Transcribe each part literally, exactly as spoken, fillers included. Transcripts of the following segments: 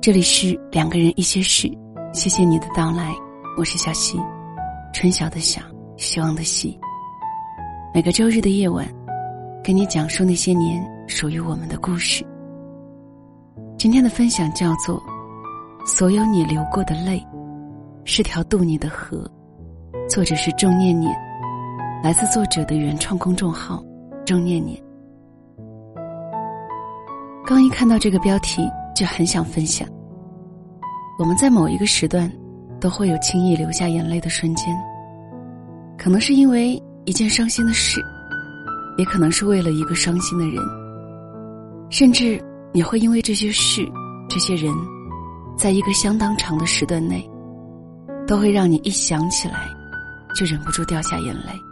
这里是两个人一些事，谢谢你的到来，我是小溪，春晓的晓，希望的希。每个周日的夜晚，跟你讲述那些年属于我们的故事。今天的分享叫做所有你流过的泪是条渡你的河，作者是郑念念，来自作者的原创公众号郑念念。刚一看到这个标题就很想分享。我们在某一个时段都会有轻易流下眼泪的瞬间，可能是因为一件伤心的事，也可能是为了一个伤心的人，甚至你会因为这些事这些人，在一个相当长的时段内都会让你一想起来就忍不住掉下眼泪。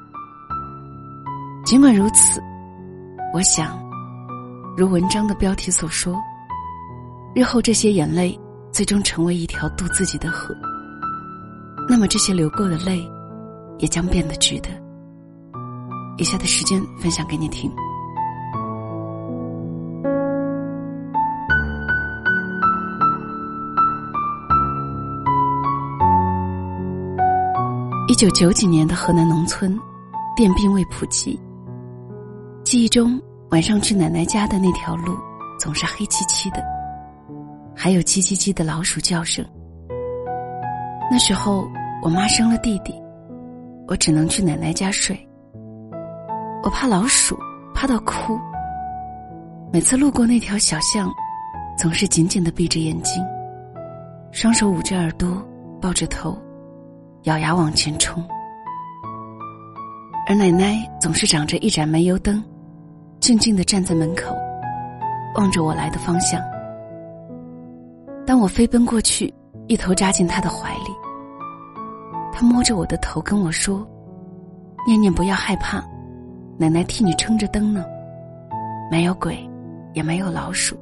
尽管如此，我想如文章的标题所说，日后这些眼泪最终成为一条渡自己的河，那么这些流过的泪也将变得值得。以下的时间分享给你听。一九九几年的河南农村，电并未普及，记忆中晚上去奶奶家的那条路总是黑漆漆的，还有叽叽叽的老鼠叫声。那时候我妈生了弟弟，我只能去奶奶家睡。我怕老鼠，怕到哭。每次路过那条小巷，总是紧紧地闭着眼睛，双手捂着耳朵，抱着头，咬牙往前冲。而奶奶总是长着一盏煤油灯，静静地站在门口，望着我来的方向。当我飞奔过去，一头扎进她的怀里，她摸着我的头跟我说：“念念不要害怕，奶奶替你撑着灯呢，没有鬼，也没有老鼠。”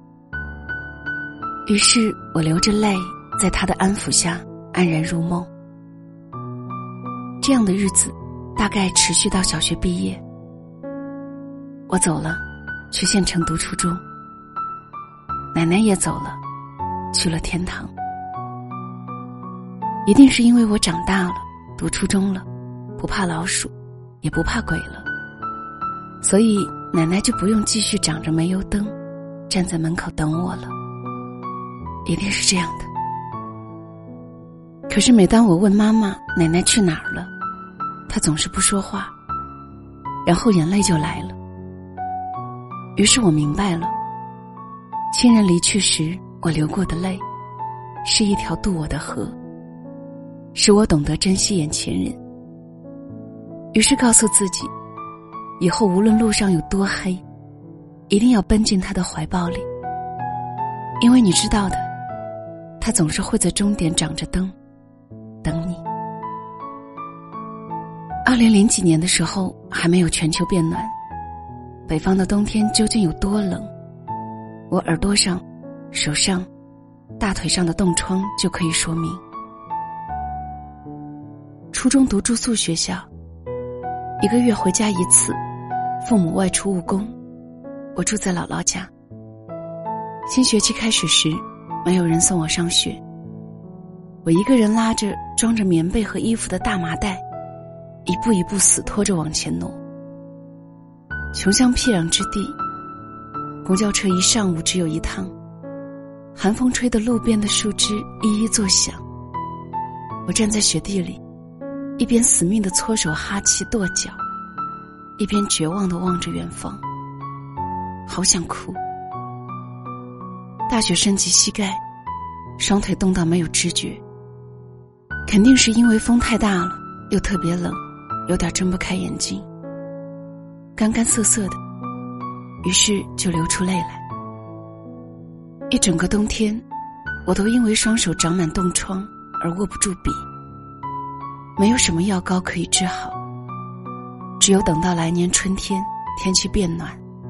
于是我流着泪，在她的安抚下安然入梦。这样的日子大概持续到小学毕业。我走了，去县城读初中，奶奶也走了，去了天堂。一定是因为我长大了，读初中了，不怕老鼠，也不怕鬼了，所以奶奶就不用继续长着煤油灯站在门口等我了。一定是这样的。可是每当我问妈妈奶奶去哪儿了，她总是不说话，然后眼泪就来了。于是我明白了，亲人离去时我流过的泪是一条渡我的河，使我懂得珍惜眼前人。于是告诉自己，以后无论路上有多黑，一定要奔进他的怀抱里，因为你知道的，他总是会在终点长着灯等你。二零零几年的时候还没有全球变暖，北方的冬天究竟有多冷，我耳朵上、手上、大腿上的冻疮就可以说明。初中读住宿学校，一个月回家一次，父母外出务工，我住在姥姥家。新学期开始时，没有人送我上学，我一个人拉着装着棉被和衣服的大麻袋，一步一步死拖着往前挪。穷乡僻壤之地，公交车一上午只有一趟，寒风吹得路边的树枝一一作响。我站在雪地里，一边死命地搓手哈气跺脚，一边绝望地望着远方，好想哭。大雪深及膝盖，双腿冻到没有知觉，肯定是因为风太大了，又特别冷，有点睁不开眼睛，干干涩涩的，于是就流出泪来。一整个冬天，我都因为双手长满冻疮而握不住笔，没有什么药膏可以治好，只有等到来年春天天气变暖。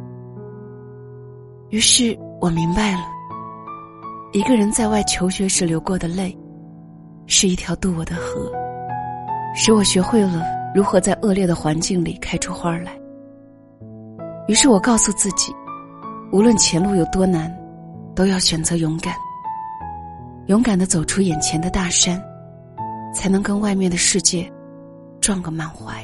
于是我明白了，一个人在外求学时流过的泪是一条渡我的河，使我学会了如何在恶劣的环境里开出花来。于是我告诉自己，无论前路有多难，都要选择勇敢， 勇敢地走出眼前的大山，才能跟外面的世界撞个满怀。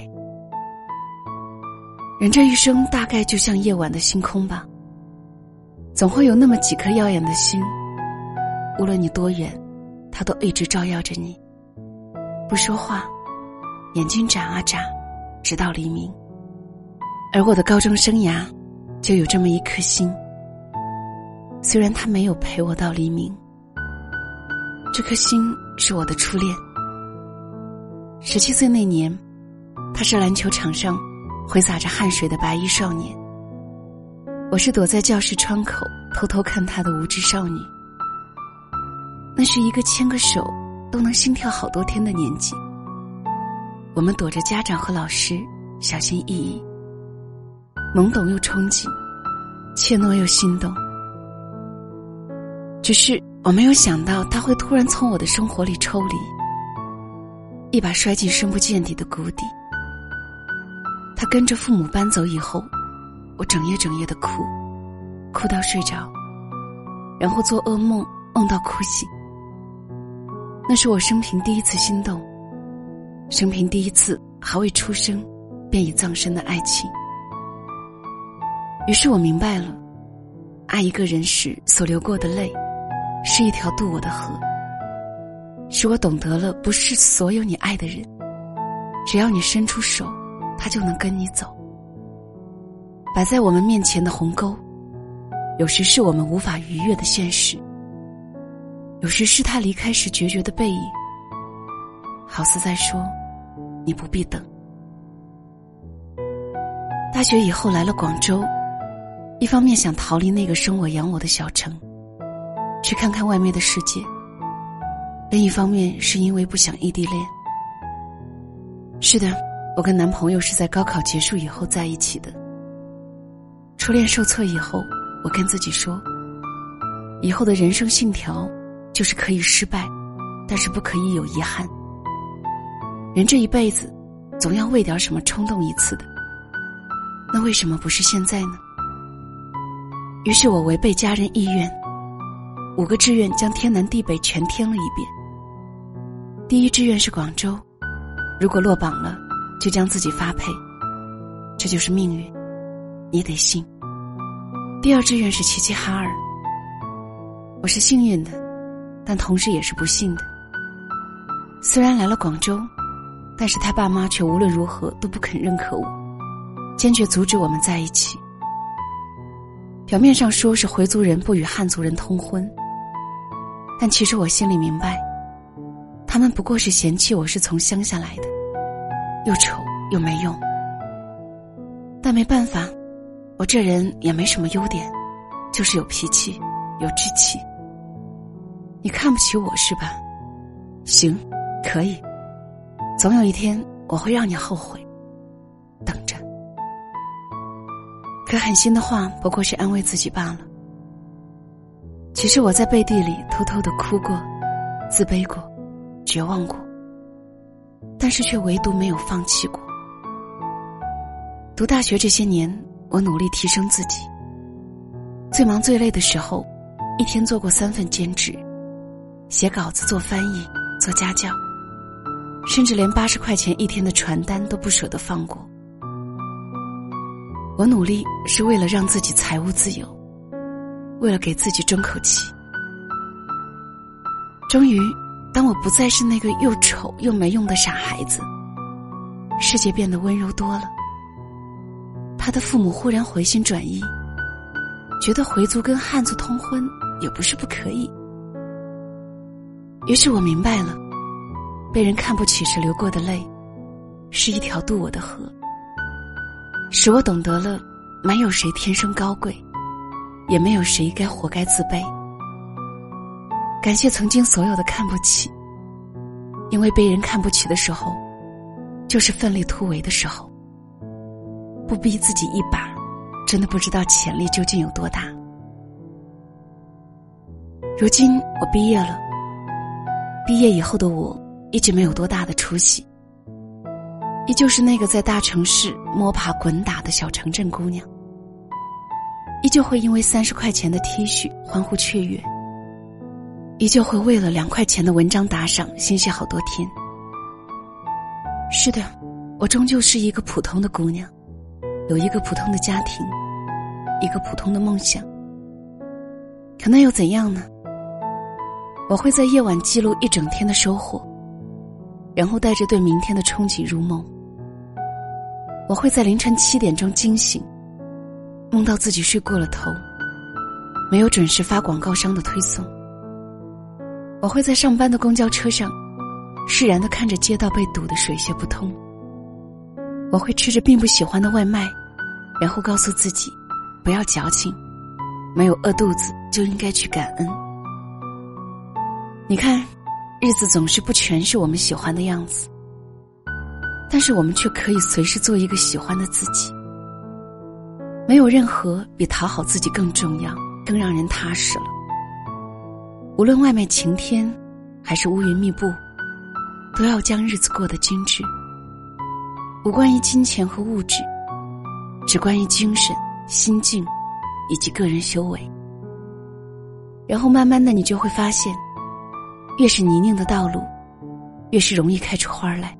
人这一生大概就像夜晚的星空吧，总会有那么几颗耀眼的星，无论你多远，它都一直照耀着你，不说话，眼睛眨啊眨，直到黎明。而我的高中生涯就有这么一颗星，虽然它没有陪我到黎明，这颗星是我的初恋。十七岁那年，他是篮球场上挥洒着汗水的白衣少年，我是躲在教室窗口偷偷看他的无知少女。那是一个牵个手都能心跳好多天的年纪，我们躲着家长和老师，小心翼翼，懵懂又憧憬，怯懦又心动。只是我没有想到他会突然从我的生活里抽离，一把摔进深不见底的谷底。他跟着父母搬走以后，我整夜整夜的哭，哭到睡着，然后做噩梦，梦到哭醒。那是我生平第一次心动，生平第一次还未出生便已葬身的爱情。于是我明白了，爱一个人时所流过的泪，是一条渡我的河，使我懂得了，不是所有你爱的人，只要你伸出手，他就能跟你走。摆在我们面前的鸿沟，有时是我们无法逾越的现实，有时是他离开时决绝的背影，好似在说，你不必等。大学以后来了广州，一方面想逃离那个生我养我的小城，去看看外面的世界，另一方面是因为不想异地恋。是的，我跟男朋友是在高考结束以后在一起的。初恋受挫以后，我跟自己说，以后的人生信条就是可以失败，但是不可以有遗憾。人这一辈子总要为点什么冲动一次的，那为什么不是现在呢？于是我违背家人意愿，五个志愿将天南地北全填了一遍。第一志愿是广州，如果落榜了，就将自己发配，这就是命运，你得信。第二志愿是齐齐哈尔，我是幸运的，但同时也是不幸的。虽然来了广州，但是他爸妈却无论如何都不肯认可我，坚决阻止我们在一起。表面上说是回族人不与汉族人通婚，但其实我心里明白，他们不过是嫌弃我是从乡下来的，又丑又没用。但没办法，我这人也没什么优点，就是有脾气，有志气。你看不起我是吧？行，可以，总有一天我会让你后悔，等着。可狠心的话不过是安慰自己罢了。其实我在背地里偷偷地哭过，自卑过，绝望过，但是却唯独没有放弃过。读大学这些年，我努力提升自己，最忙最累的时候，一天做过三份兼职，写稿子、做翻译、做家教，甚至连八十块钱一天的传单都不舍得放过。我努力是为了让自己财务自由，为了给自己争口气。终于，当我不再是那个又丑又没用的傻孩子，世界变得温柔多了。他的父母忽然回心转意，觉得回族跟汉族通婚也不是不可以。于是我明白了，被人看不起时流过的泪，是一条渡我的河，使我懂得了没有谁天生高贵，也没有谁该活该自卑。感谢曾经所有的看不起，因为被人看不起的时候，就是奋力突围的时候。不逼自己一把，真的不知道潜力究竟有多大。如今我毕业了，毕业以后的我一直没有多大的出息，依旧是那个在大城市摸爬滚打的小城镇姑娘，依旧会因为三十块钱的 T 恤欢呼雀跃， 依旧会为了两块钱的文章打赏欣喜好多天。是的，我终究是一个普通的姑娘，有一个普通的家庭，一个普通的梦想。可那又怎样呢？我会在夜晚记录一整天的收获，然后带着对明天的憧憬入梦。我会在凌晨七点钟惊醒，梦到自己睡过了头，没有准时发广告商的推送。我会在上班的公交车上释然地看着街道被堵得水泄不通。我会吃着并不喜欢的外卖，然后告诉自己不要矫情，没有饿肚子就应该去感恩。你看，日子总是不全是我们喜欢的样子，但是我们却可以随时做一个喜欢的自己。没有任何比讨好自己更重要更让人踏实了。无论外面晴天还是乌云密布，都要将日子过得精致。无关于金钱和物质，只关于精神、心境以及个人修为。然后慢慢的你就会发现，越是泥泞的道路，越是容易开出花来。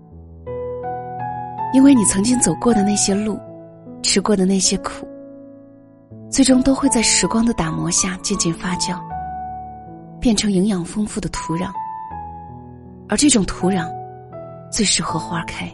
因为你曾经走过的那些路，吃过的那些苦，最终都会在时光的打磨下渐渐发酵，变成营养丰富的土壤。而这种土壤最适合花开。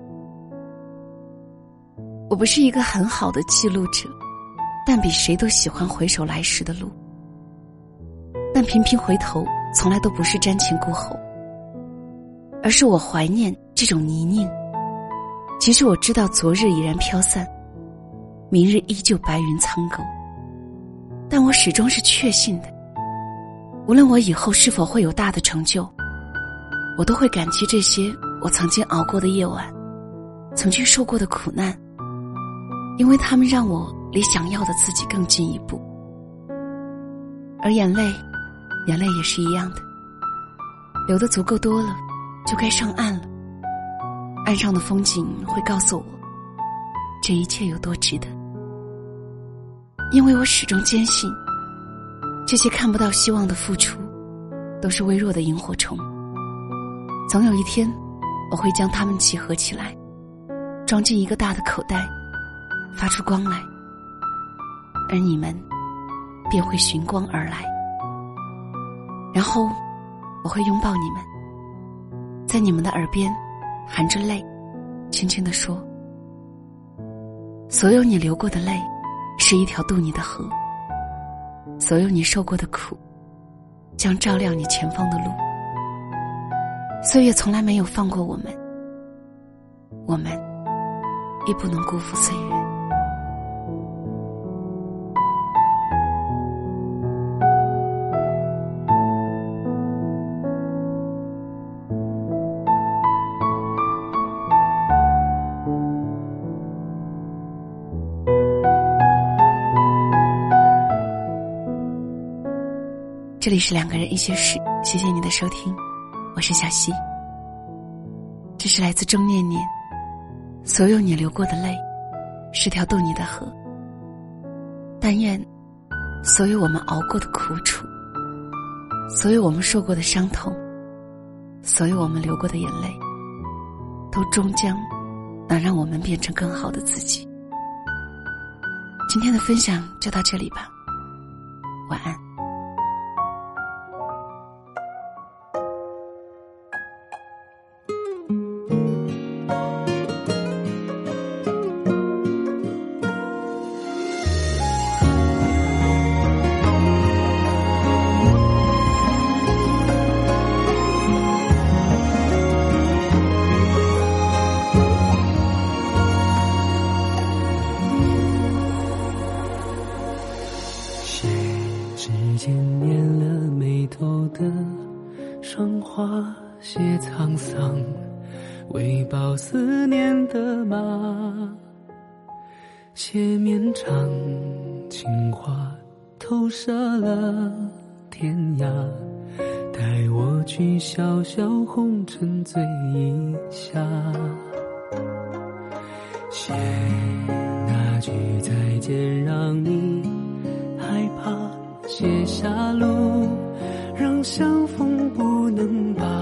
我不是一个很好的记录者，但比谁都喜欢回首来时的路。但频频回头从来都不是瞻前顾后，而是我怀念这种泥泞。即使我知道昨日已然飘散，明日依旧白云苍狗，但我始终是确信的，无论我以后是否会有大的成就，我都会感激这些我曾经熬过的夜晚，曾经受过的苦难，因为他们让我离想要的自己更进一步。而眼泪，眼泪也是一样的，流得足够多了，就该上岸了。岸上的风景会告诉我，这一切有多值得。因为我始终坚信，这些看不到希望的付出，都是微弱的萤火虫。总有一天，我会将它们集合起来，装进一个大的口袋，发出光来，而你们便会寻光而来。然后，我会拥抱你们，在你们的耳边含着泪，轻轻地说：所有你流过的泪，是一条渡你的河；所有你受过的苦，将照亮你前方的路。岁月从来没有放过我们，我们亦不能辜负岁月。这里是两个人一些事，谢谢你的收听，我是小溪。这是来自钟念念，所有你流过的泪，是条渡你的河。但愿所有我们熬过的苦楚，所有我们受过的伤痛，所有我们流过的眼泪，都终将能让我们变成更好的自己。今天的分享就到这里吧，晚安。 霜花写沧桑，为报思念的马，写绵长情话，投射了天涯，带我去小小红尘醉一下，写那句再见让你害怕，写下路让让相逢不能把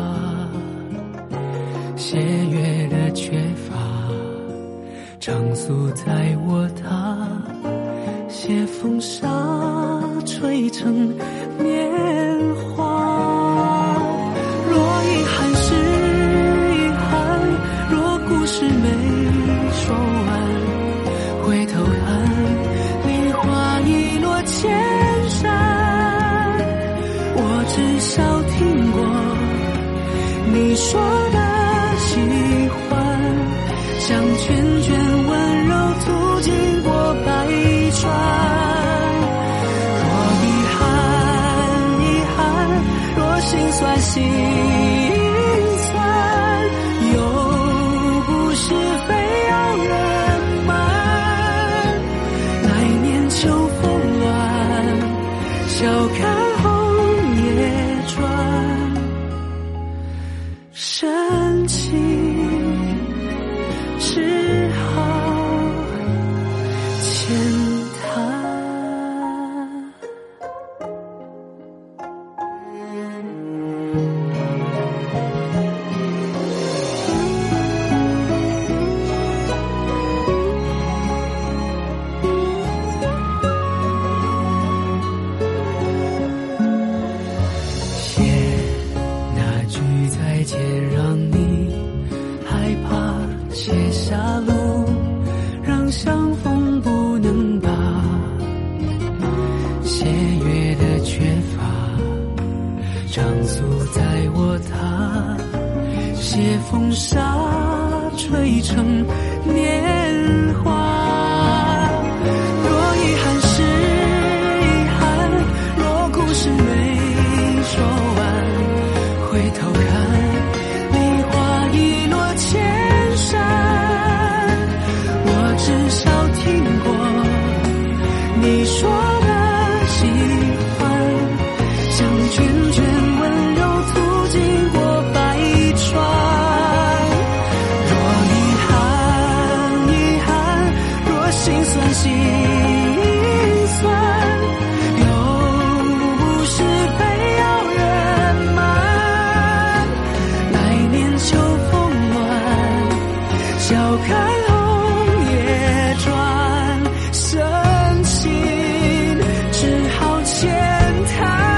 斜月的缺乏常诉在我他，写风沙吹成年华。若遗憾是遗憾，若故事没说完，回头看梨花已落千山，我至少听过你说的喜欢，像涓涓温柔途经过百川。若遗憾遗憾，若心酸心酸，又不是非要人满。来年秋风乱，笑看红叶转，深情只好浅谈。写那句再见，让你害怕写下路，让相逢不能把斜月的缺乏常诉在我他，写风沙吹成年华。若遗憾是遗憾，若故事没说完，回头看梨花已落千山，我至少听过你说的喜欢，像涓涓温柔途经过百川。若遗憾遗憾，若心酸心酸，又不是非要人满。来年秋风乱，笑看红叶转，深情只好浅谈。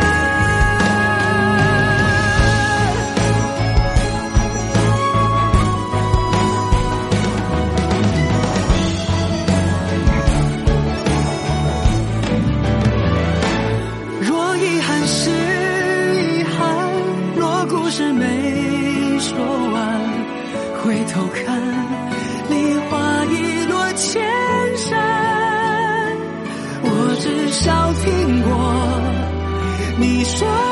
若遗憾是遗憾，若故事没说完，回头看梨花已落千山，我至少听过你说